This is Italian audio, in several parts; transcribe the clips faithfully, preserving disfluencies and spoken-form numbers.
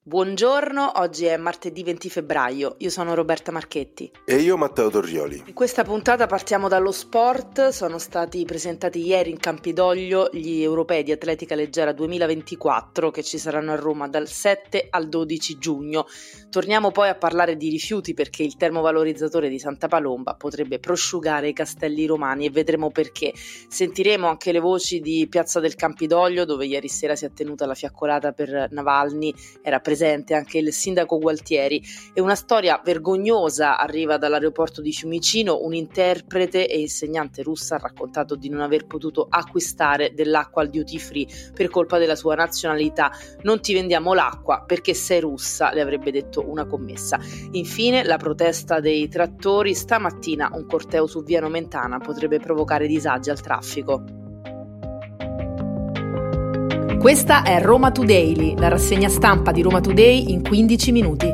Buongiorno, oggi è martedì venti febbraio, io sono Roberta Marchetti. E io Matteo Torrioli. In questa puntata partiamo dallo sport. Sono stati presentati ieri in Campidoglio gli europei di atletica leggera duemilaventiquattro che ci saranno a Roma dal sette al dodici giugno. Torniamo poi a parlare di rifiuti perché il termovalorizzatore di Santa Palomba potrebbe prosciugare i castelli romani e vedremo perché. Sentiremo anche le voci di Piazza del Campidoglio, dove ieri sera si è tenuta la fiaccolata per Navalny, era presente anche il sindaco Gualtieri, e una storia vergognosa arriva dall'aeroporto di Fiumicino. Un interprete e insegnante russa ha raccontato di non aver potuto acquistare dell'acqua al duty free per colpa della sua nazionalità. Non ti vendiamo l'acqua perché sei russa, le avrebbe detto una commessa. Infine la protesta dei trattori. Stamattina un corteo su via Nomentana potrebbe provocare disagi al traffico. Questa è Roma Today, la rassegna stampa di Roma Today in quindici minuti.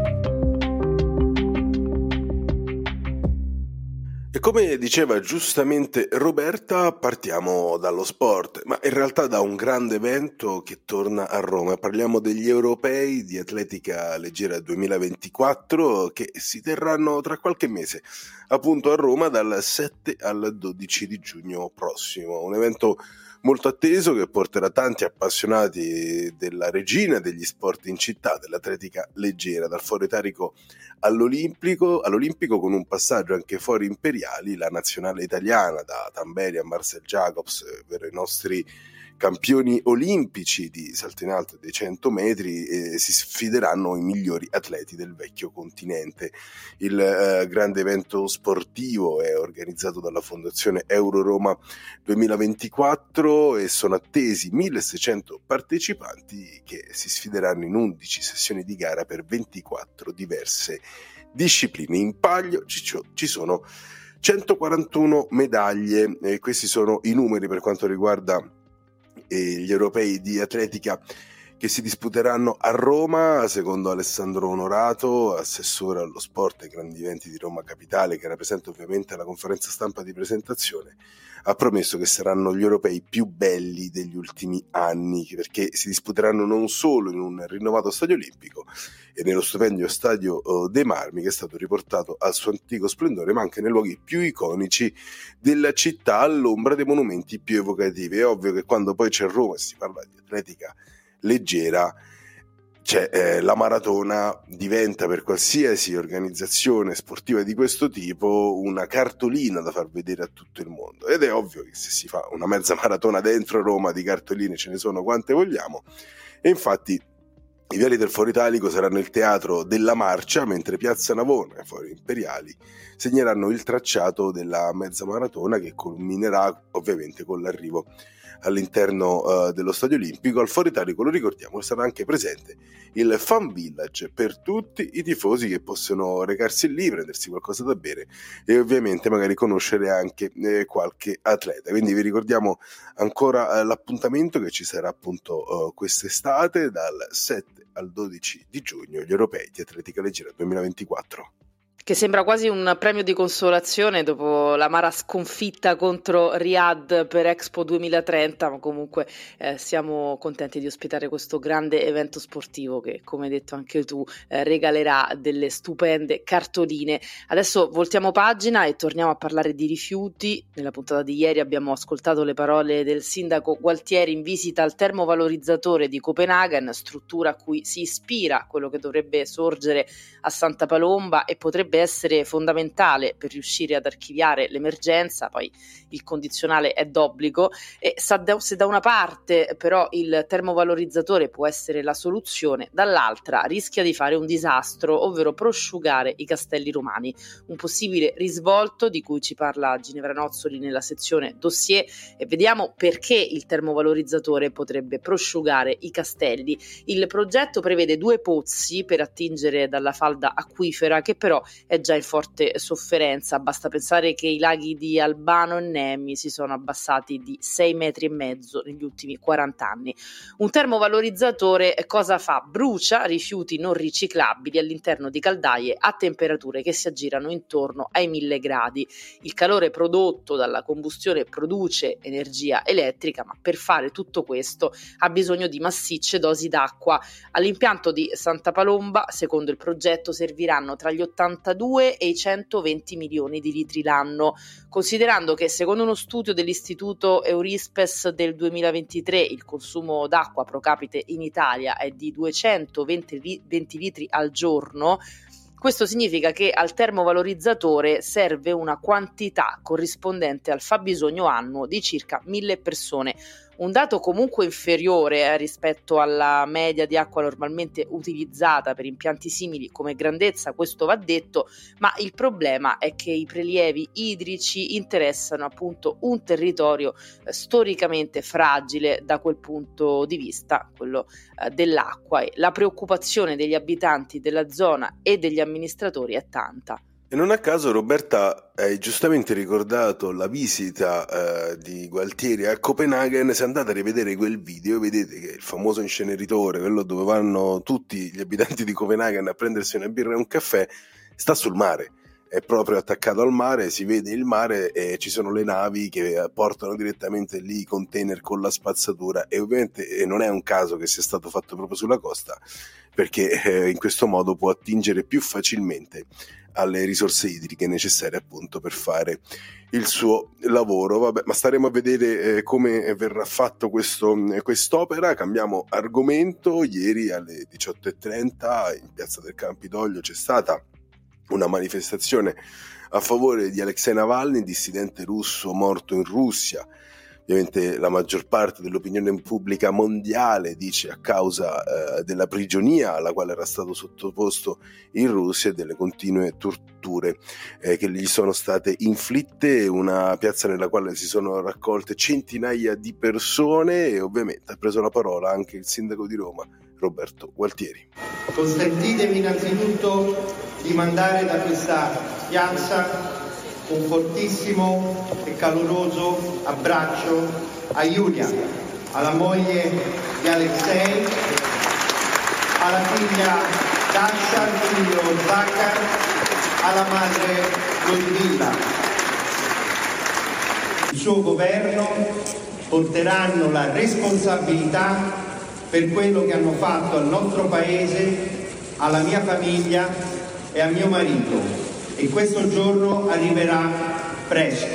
E come diceva giustamente Roberta, partiamo dallo sport, ma in realtà da un grande evento che torna a Roma. Parliamo degli europei di atletica leggera duemilaventiquattro che si terranno tra qualche mese, appunto a Roma dal sette al dodici di giugno prossimo. Un evento molto atteso che porterà tanti appassionati della regina degli sport in città, dell'atletica leggera, dal Foro Italico all'Olimpico, all'Olimpico con un passaggio anche fuori imperiali, la nazionale italiana da Tamberi a Marcel Jacobs, per i nostri campioni olimpici di salto in alto dei cento metri, e si sfideranno i migliori atleti del vecchio continente. Il eh, grande evento sportivo è organizzato dalla Fondazione Euro Roma duemilaventiquattro e sono attesi milleseicento partecipanti che si sfideranno in undici sessioni di gara per ventiquattro diverse discipline. In palio ci sono centoquarantuno medaglie e questi sono i numeri per quanto riguarda e gli europei di atletica che si disputeranno a Roma. Secondo Alessandro Onorato, assessore allo sport e ai grandi eventi di Roma Capitale, che rappresenta ovviamente la conferenza stampa di presentazione, ha promesso che saranno gli europei più belli degli ultimi anni, perché si disputeranno non solo in un rinnovato stadio olimpico e nello stupendo stadio dei Marmi, che è stato riportato al suo antico splendore, ma anche nei luoghi più iconici della città, all'ombra dei monumenti più evocativi. È ovvio che quando poi c'è Roma e si parla di atletica leggera, cioè eh, la maratona diventa per qualsiasi organizzazione sportiva di questo tipo una cartolina da far vedere a tutto il mondo, ed è ovvio che se si fa una mezza maratona dentro Roma di cartoline ce ne sono quante vogliamo. E infatti i viali del Foro Italico saranno il teatro della marcia, mentre Piazza Navona e Fori Imperiali segneranno il tracciato della mezza maratona, che culminerà ovviamente con l'arrivo all'interno uh, dello Stadio Olimpico. Al Foro Italico, lo ricordiamo, sarà anche presente il Fan Village per tutti i tifosi che possono recarsi lì, prendersi qualcosa da bere e ovviamente magari conoscere anche eh, qualche atleta. Quindi vi ricordiamo ancora uh, l'appuntamento che ci sarà appunto uh, quest'estate dal sette al dodici di giugno, gli europei di atletica leggera duemilaventiquattro. Che sembra quasi un premio di consolazione dopo l'amara sconfitta contro Riyadh per Expo duemilatrenta, ma comunque eh, siamo contenti di ospitare questo grande evento sportivo che, come hai detto anche tu, eh, regalerà delle stupende cartoline. Adesso voltiamo pagina e torniamo a parlare di rifiuti. Nella puntata di ieri abbiamo ascoltato le parole del sindaco Gualtieri in visita al termovalorizzatore di Copenaghen, struttura a cui si ispira quello che dovrebbe sorgere a Santa Palomba e potrebbe essere fondamentale per riuscire ad archiviare l'emergenza. Poi il condizionale è d'obbligo e se da una parte però il termovalorizzatore può essere la soluzione, dall'altra rischia di fare un disastro, ovvero prosciugare i castelli romani. Un possibile risvolto di cui ci parla Ginevra Nozzoli nella sezione dossier, e vediamo perché il termovalorizzatore potrebbe prosciugare i castelli. Il progetto prevede due pozzi per attingere dalla falda acquifera, che però è già in forte sofferenza. Basta pensare che i laghi di Albano e Nemi si sono abbassati di sei metri e mezzo negli ultimi quaranta anni. Un termovalorizzatore cosa fa? Brucia rifiuti non riciclabili all'interno di caldaie a temperature che si aggirano intorno ai mille gradi. Il calore prodotto dalla combustione produce energia elettrica, ma per fare tutto questo ha bisogno di massicce dosi d'acqua. All'impianto di Santa Palomba, secondo il progetto, serviranno tra gli ottantadue e i centoventi milioni di litri l'anno. Considerando che secondo uno studio dell'istituto Eurispes del duemilaventitré il consumo d'acqua pro capite in Italia è di duecentoventi litri al giorno, questo significa che al termovalorizzatore serve una quantità corrispondente al fabbisogno annuo di circa mille persone. Un dato comunque inferiore eh, rispetto alla media di acqua normalmente utilizzata per impianti simili come grandezza, questo va detto, ma il problema è che i prelievi idrici interessano appunto un territorio eh, storicamente fragile da quel punto di vista, quello eh, dell'acqua, e la preoccupazione degli abitanti della zona e degli amministratori è tanta. E non a caso, Roberta, hai giustamente ricordato la visita eh, di Gualtieri a Copenaghen. Se andate a rivedere quel video vedete che il famoso inceneritore, quello dove vanno tutti gli abitanti di Copenaghen a prendersi una birra e un caffè, sta sul mare, è proprio attaccato al mare, si vede il mare e ci sono le navi che portano direttamente lì i container con la spazzatura, e ovviamente eh, non è un caso che sia stato fatto proprio sulla costa, perché eh, in questo modo può attingere più facilmente alle risorse idriche necessarie appunto per fare il suo lavoro. Vabbè, ma staremo a vedere eh, come verrà fatto questo, eh, quest'opera. Cambiamo argomento. Ieri alle diciotto e trenta in piazza del Campidoglio c'è stata una manifestazione a favore di Alexei Navalny, dissidente russo morto in Russia. Ovviamente la maggior parte dell'opinione pubblica mondiale dice a causa eh, della prigionia alla quale era stato sottoposto in Russia e delle continue torture eh, che gli sono state inflitte. Una piazza nella quale si sono raccolte centinaia di persone, e ovviamente ha preso la parola anche il sindaco di Roma, Roberto Gualtieri. Consentitemi innanzitutto di mandare da questa piazza un fortissimo e caloroso abbraccio a Yulia, alla moglie di Alexei, alla figlia Dasha, al figlio Zakar, alla madre Ludmila. Il suo governo porteranno la responsabilità per quello che hanno fatto al nostro paese, alla mia famiglia e a mio marito. E questo giorno arriverà presto.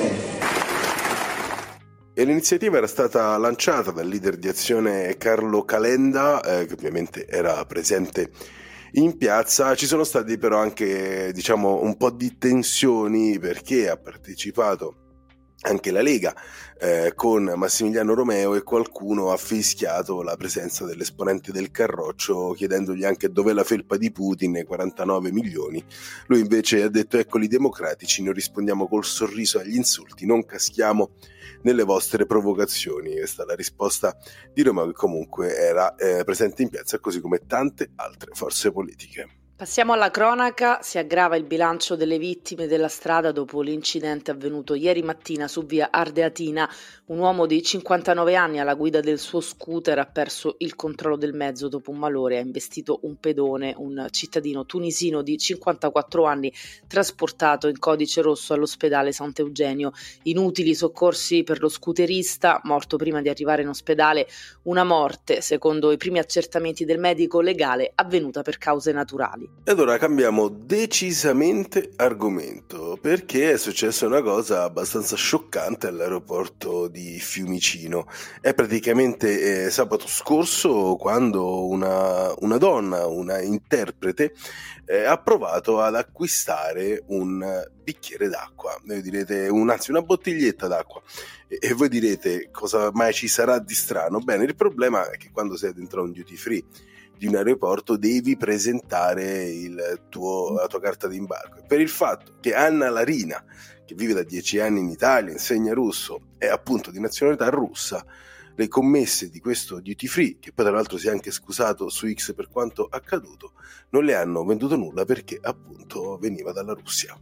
E l'iniziativa era stata lanciata dal leader di Azione Carlo Calenda, eh, che ovviamente era presente in piazza. Ci sono stati però anche, diciamo, un po' di tensioni, perché ha partecipato anche la Lega eh, con Massimiliano Romeo, e qualcuno ha fischiato la presenza dell'esponente del Carroccio chiedendogli anche dov'è la felpa di Putin e quarantanove milioni. Lui invece ha detto: eccoli i democratici, noi rispondiamo col sorriso agli insulti, non caschiamo nelle vostre provocazioni. Questa è la risposta di Romeo, che comunque era eh, presente in piazza, così come tante altre forze politiche. Passiamo alla cronaca. Si aggrava il bilancio delle vittime della strada dopo l'incidente avvenuto ieri mattina su via Ardeatina. Un uomo di cinquantanove anni alla guida del suo scooter ha perso il controllo del mezzo dopo un malore, ha investito un pedone, un cittadino tunisino di cinquantaquattro anni trasportato in codice rosso all'ospedale Sant'Eugenio. Inutili soccorsi per lo scooterista, morto prima di arrivare in ospedale. Una morte, secondo i primi accertamenti del medico legale, avvenuta per cause naturali. Ed ora cambiamo decisamente argomento, perché è successa una cosa abbastanza scioccante all'aeroporto di Fiumicino. È praticamente eh, sabato scorso, quando una, una donna, una interprete, eh, ha provato ad acquistare un bicchiere d'acqua. Voi direte, un, anzi una bottiglietta d'acqua. E, e voi direte, cosa mai ci sarà di strano? Bene, il problema è che quando sei dentro a un duty free di un aeroporto devi presentare il tuo, la tua carta d'imbarco. Per il fatto che Anna Larina, che vive da dieci anni in Italia, insegna russo, è appunto di nazionalità russa, le commesse di questo duty free, che poi tra l'altro si è anche scusato su X per quanto accaduto, non le hanno venduto nulla perché appunto veniva dalla Russia.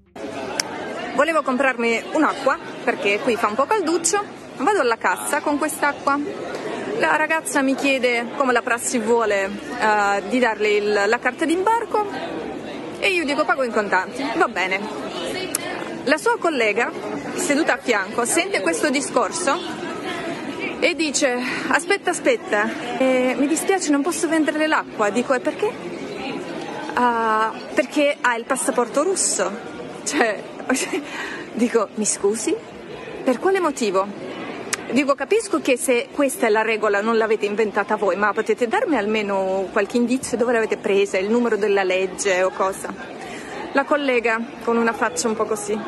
Volevo comprarmi un'acqua perché qui fa un po' calduccio, vado alla cassa con quest'acqua, la ragazza mi chiede, come la prassi vuole, uh, di darle il, la carta d'imbarco e io dico pago in contanti, va bene. La sua collega, seduta a fianco, sente questo discorso e dice aspetta aspetta, eh, mi dispiace non posso vendere l'acqua, dico e perché? Uh, perché ha il passaporto russo, cioè dico mi scusi? Per quale motivo? Dico, capisco che se questa è la regola non l'avete inventata voi, ma potete darmi almeno qualche indizio dove l'avete presa, il numero della legge o cosa? La collega, con una faccia un po' così,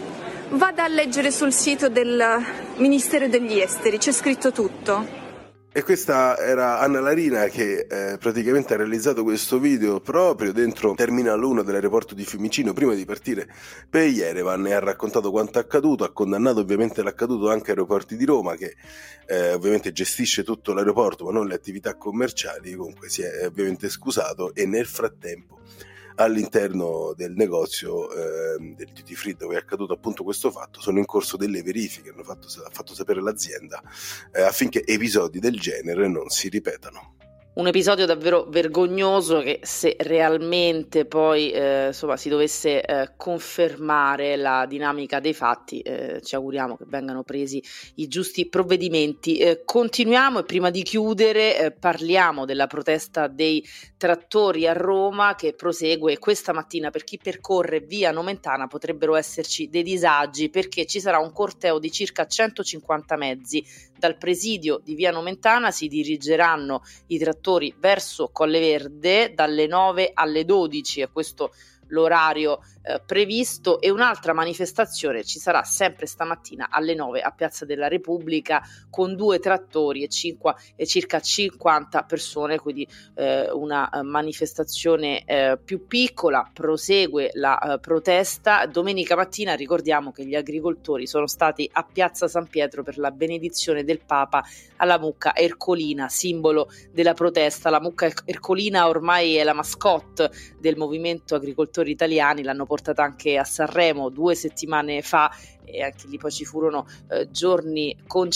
vada a leggere sul sito del Ministero degli Esteri, c'è scritto tutto. E questa era Anna Larina che eh, praticamente ha realizzato questo video proprio dentro Terminal uno dell'aeroporto di Fiumicino prima di partire per Yerevan e ha raccontato quanto è accaduto, ha condannato ovviamente l'accaduto anche aeroporti di Roma che eh, ovviamente gestisce tutto l'aeroporto ma non le attività commerciali, comunque si è ovviamente scusato e nel frattempo all'interno del negozio eh, del duty free dove è accaduto appunto questo fatto sono in corso delle verifiche, hanno fatto, ha fatto sapere l'azienda eh, affinché episodi del genere non si ripetano. Un episodio davvero vergognoso che se realmente poi eh, insomma, si dovesse eh, confermare la dinamica dei fatti, eh, ci auguriamo che vengano presi i giusti provvedimenti. Eh, continuiamo e prima di chiudere eh, parliamo della protesta dei trattori a Roma che prosegue e questa mattina per chi percorre via Nomentana potrebbero esserci dei disagi perché ci sarà un corteo di circa centocinquanta mezzi. Dal presidio di via Nomentana si dirigeranno i trattori verso Colle Verde dalle nove alle dodici, e questo l'orario eh, previsto, e un'altra manifestazione ci sarà sempre stamattina alle nove a Piazza della Repubblica con due trattori e, cinque, e circa cinquanta persone, quindi eh, una eh, manifestazione eh, più piccola. Prosegue la eh, protesta. Domenica mattina ricordiamo che gli agricoltori sono stati a Piazza San Pietro per la benedizione del Papa alla mucca ercolina, simbolo della protesta. La mucca ercolina ormai è la mascotte del movimento agricoltori italiani, l'hanno portata anche a Sanremo due settimane fa e anche lì poi ci furono eh, giorni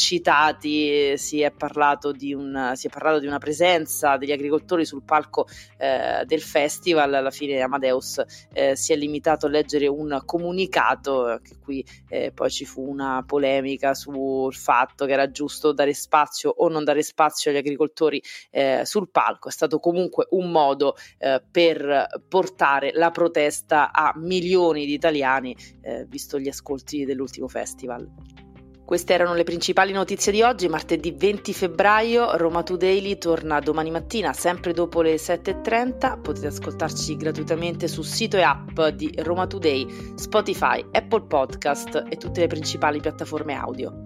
concitati, si è parlato di un si è parlato di una presenza degli agricoltori sul palco eh, del festival. Alla fine Amadeus eh, si è limitato a leggere un comunicato, che qui eh, poi ci fu una polemica sul fatto che era giusto dare spazio o non dare spazio agli agricoltori eh, sul palco. È stato comunque un modo eh, per portare la protesta a milioni di italiani, eh, visto gli ascolti dell'ultimo festival. Queste erano le principali notizie di oggi, martedì venti febbraio. Roma Today torna domani mattina, sempre dopo le sette e trenta. Potete ascoltarci gratuitamente sul sito e app di Roma Today, Spotify, Apple Podcast e tutte le principali piattaforme audio.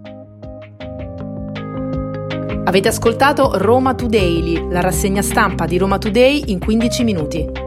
Avete ascoltato Roma Today, la rassegna stampa di Roma Today in quindici minuti.